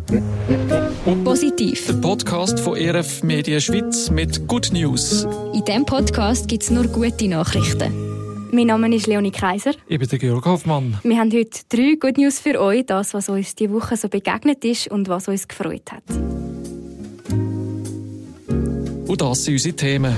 Positiv. Der Podcast von ERF Media Schweiz mit Good News. In diesem Podcast gibt es nur gute Nachrichten. Mein Name ist Leonie Kaiser. Ich bin der Georg Hoffmann. Wir haben heute 3 Good News für euch, das, was uns diese Woche so begegnet ist und was uns gefreut hat. Und das sind unsere Themen.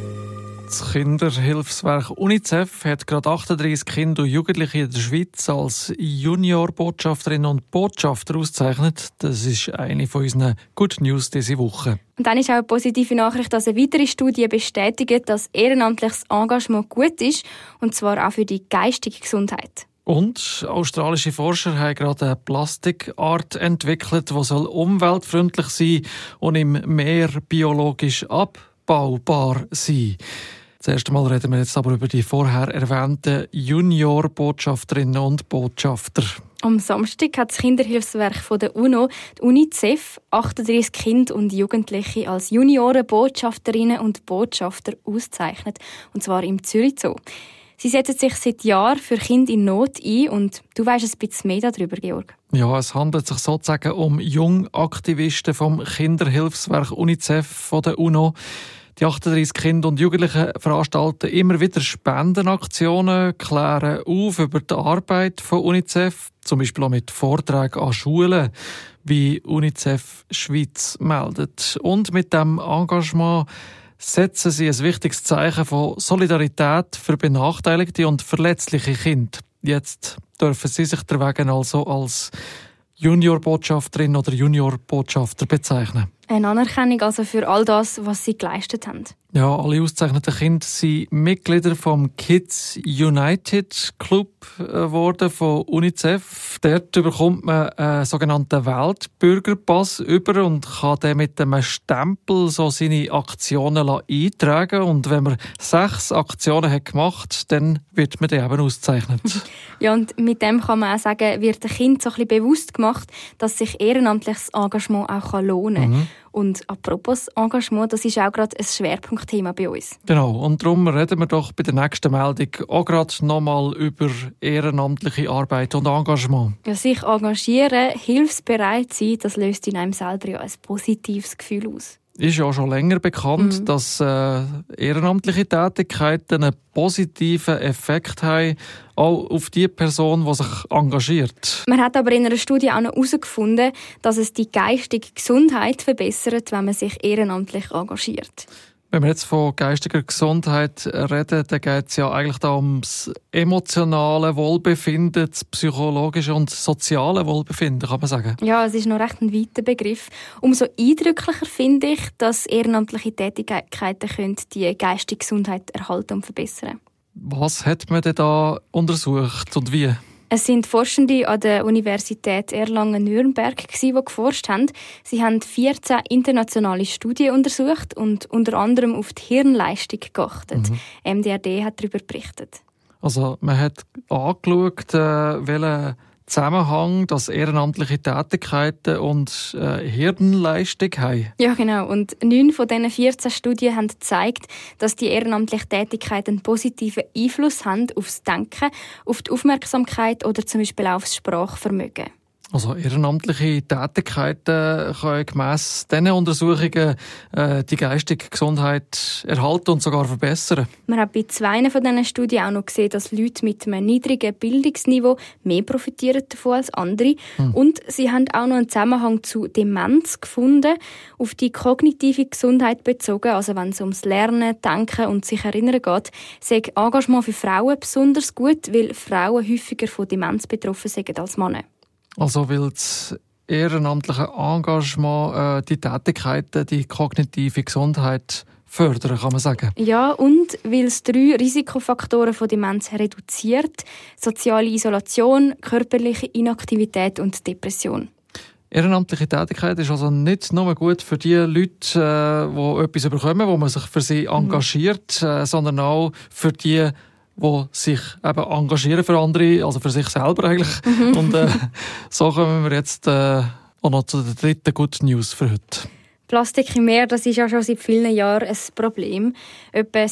Das Kinderhilfswerk UNICEF hat gerade 38 Kinder und Jugendliche in der Schweiz als Juniorbotschafterinnen und Botschafter ausgezeichnet. Das ist eine von unseren Good News diese Woche. Und dann ist auch eine positive Nachricht, dass eine weitere Studie bestätigt, dass ehrenamtliches Engagement gut ist, und zwar auch für die geistige Gesundheit. Und australische Forscher haben gerade eine Plastikart entwickelt, die umweltfreundlich sein und im Meer biologisch abbaubar sein. Zuerst einmal reden wir jetzt aber über die vorher erwähnten Junior-Botschafterinnen und Botschafter. Am Samstag hat das Kinderhilfswerk von der UNO, die UNICEF, 38 Kinder und Jugendliche als Junioren-Botschafterinnen und Botschafter ausgezeichnet, und zwar im Zürich Zoo. Sie setzen sich seit Jahren für Kinder in Not ein, und du weisst ein bisschen mehr darüber, Georg. Ja, es handelt sich sozusagen um Jungaktivisten vom Kinderhilfswerk UNICEF von der UNO. Die 38 Kinder und Jugendlichen veranstalten immer wieder Spendenaktionen, klären auf über die Arbeit von UNICEF, zum Beispiel auch mit Vorträgen an Schulen, wie UNICEF Schweiz meldet. Und mit dem Engagement setzen sie ein wichtiges Zeichen von Solidarität für benachteiligte und verletzliche Kinder. Jetzt dürfen sie sich deswegen also als Juniorbotschafterin oder Juniorbotschafter bezeichnen. Eine Anerkennung also für all das, was sie geleistet haben. Ja, alle ausgezeichneten Kinder sind Mitglieder vom Kids United Club geworden von UNICEF. Dort bekommt man einen sogenannten Weltbürgerpass über und kann dann mit einem Stempel so seine Aktionen eintragen. Und wenn man 6 Aktionen hat gemacht, dann wird man dann eben ausgezeichnet. Ja, und mit dem kann man auch sagen, wird dem Kind so ein bisschen bewusst gemacht, dass sich ehrenamtliches Engagement auch lohnen kann. Mhm. Und apropos Engagement, das ist auch gerade ein Schwerpunktthema bei uns. Genau, und darum reden wir doch bei der nächsten Meldung auch gerade nochmal über ehrenamtliche Arbeit und Engagement. Ja, sich engagieren, hilfsbereit sein, das löst in einem selber ja ein positives Gefühl aus. Ist ja schon länger bekannt, dass ehrenamtliche Tätigkeiten einen positiven Effekt haben, auch auf die Person, die sich engagiert. Man hat aber in einer Studie auch noch herausgefunden, dass es die geistige Gesundheit verbessert, wenn man sich ehrenamtlich engagiert. Wenn wir jetzt von geistiger Gesundheit reden, dann geht es ja eigentlich da ums emotionale Wohlbefinden, das psychologische und soziale Wohlbefinden, kann man sagen. Ja, es ist noch recht ein weiter Begriff. Umso eindrücklicher finde ich, dass ehrenamtliche Tätigkeiten die geistige Gesundheit erhalten und verbessern. Was hat man denn da untersucht und wie? Es sind Forschende an der Universität Erlangen-Nürnberg, die geforscht haben. Sie haben 14 internationale Studien untersucht und unter anderem auf die Hirnleistung geachtet. MDRD hat darüber berichtet. Also man hat angeschaut, welchen Zusammenhang das ehrenamtliche Tätigkeiten und Hirnleistung haben. Ja, genau. Und 9 von diesen 14 Studien haben gezeigt, dass die ehrenamtliche Tätigkeit einen positiven Einfluss haben auf das Denken, auf die Aufmerksamkeit oder zum Beispiel auch auf das Sprachvermögen. Also ehrenamtliche Tätigkeiten können gemäss diesen Untersuchungen die geistige Gesundheit erhalten und sogar verbessern. Man hat bei 2 von diesen Studien auch noch gesehen, dass Leute mit einem niedrigen Bildungsniveau mehr profitieren davon als andere. Und sie haben auch noch einen Zusammenhang zu Demenz gefunden, auf die kognitive Gesundheit bezogen. Also wenn es ums Lernen, Denken und sich erinnern geht, sei Engagement für Frauen besonders gut, weil Frauen häufiger von Demenz betroffen sind als Männer. Also weil das ehrenamtliche Engagement die Tätigkeiten, die kognitive Gesundheit fördern, kann man sagen. Ja, und weil es 3 Risikofaktoren von Demenz reduziert: soziale Isolation, körperliche Inaktivität und Depression. Ehrenamtliche Tätigkeit ist also nicht nur gut für die Leute, die etwas bekommen, wo man sich für sie engagiert, sondern auch für die sich eben engagieren für andere, also für sich selber eigentlich. Und so kommen wir jetzt auch noch zu der dritten Good News für heute. Plastik im Meer, das ist ja schon seit vielen Jahren ein Problem. Etwa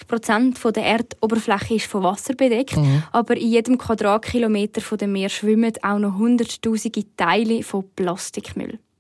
70% der Erdoberfläche ist von Wasser bedeckt, aber in jedem Quadratkilometer von dem Meer schwimmen auch noch hunderttausende Teile von Plastikmüll.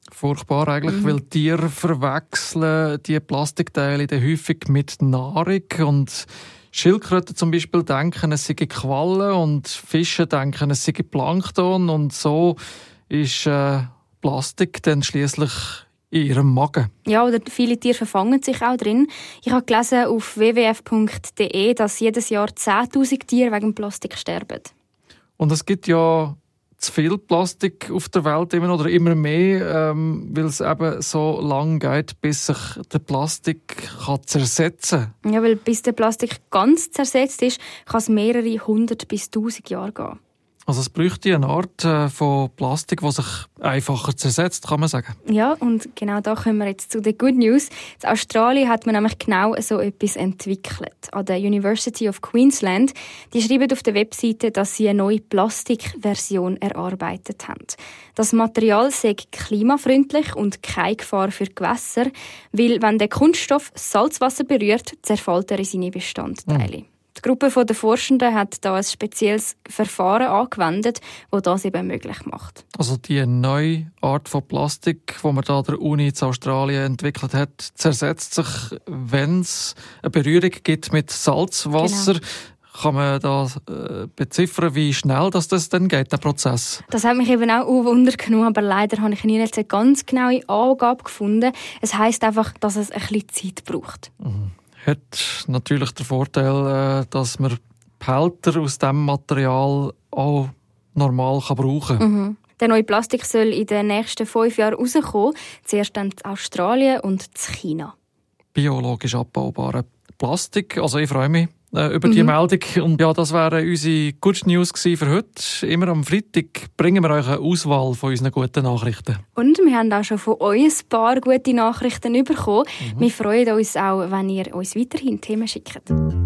Furchtbar eigentlich, weil Tiere verwechseln die Plastikteile dann häufig mit Nahrung und Schildkröten zum Beispiel denken, es sei Quallen und Fische denken, es sei Plankton und so ist Plastik dann schliesslich in ihrem Magen. Ja, oder viele Tiere verfangen sich auch drin. Ich habe gelesen auf wwf.de, dass jedes Jahr 10'000 Tiere wegen Plastik sterben. Und es gibt ja zu viel Plastik auf der Welt immer mehr, weil es eben so lange geht, bis sich der Plastik zersetzen kann. Ja, weil bis der Plastik ganz zersetzt ist, kann es mehrere 100 bis 1000 Jahre gehen. Also es bräuchte eine Art von Plastik, die sich einfacher zersetzt, kann man sagen. Ja, und genau da kommen wir jetzt zu den Good News. In Australien hat man nämlich genau so etwas entwickelt. An der University of Queensland. Die schreiben auf der Webseite, dass sie eine neue Plastikversion erarbeitet haben. Das Material sei klimafreundlich und keine Gefahr für Gewässer, weil wenn der Kunststoff Salzwasser berührt, zerfällt er in seine Bestandteile. Die Gruppe der Forschenden hat da ein spezielles Verfahren angewendet, das das eben möglich macht. Also die neue Art von Plastik, die man da an der Uni in Australien entwickelt hat, zersetzt sich, wenn es eine Berührung gibt mit Salzwasser. Genau. Kann man da beziffern, wie schnell das dann geht, der Prozess? Das hat mich eben auch wundergenommen, aber leider habe ich nie eine ganz genaue Angabe gefunden. Es heisst einfach, dass es ein bisschen Zeit braucht. Mhm. Hat natürlich den Vorteil, dass man Behälter aus diesem Material auch normal brauchen kann. Mhm. Der neue Plastik soll in den nächsten 5 Jahren rauskommen. Zuerst in Australien und in China. Biologisch abbaubare Plastik. Also ich freue mich über die Meldung. Und ja, das wären unsere Good News für heute. Immer am Freitag bringen wir euch eine Auswahl von unseren guten Nachrichten. Und wir haben auch schon von euch ein paar gute Nachrichten bekommen. Wir freuen uns auch, wenn ihr uns weiterhin Themen schickt.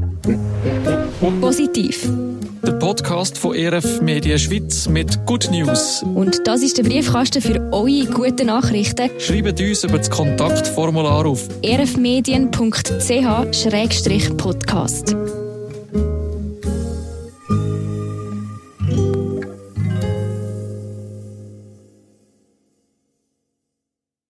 Positiv. Der Podcast von ERF Media Schweiz mit Good News. Und das ist der Briefkasten für eure guten Nachrichten. Schreibt uns über das Kontaktformular auf erfmedien.ch/podcast.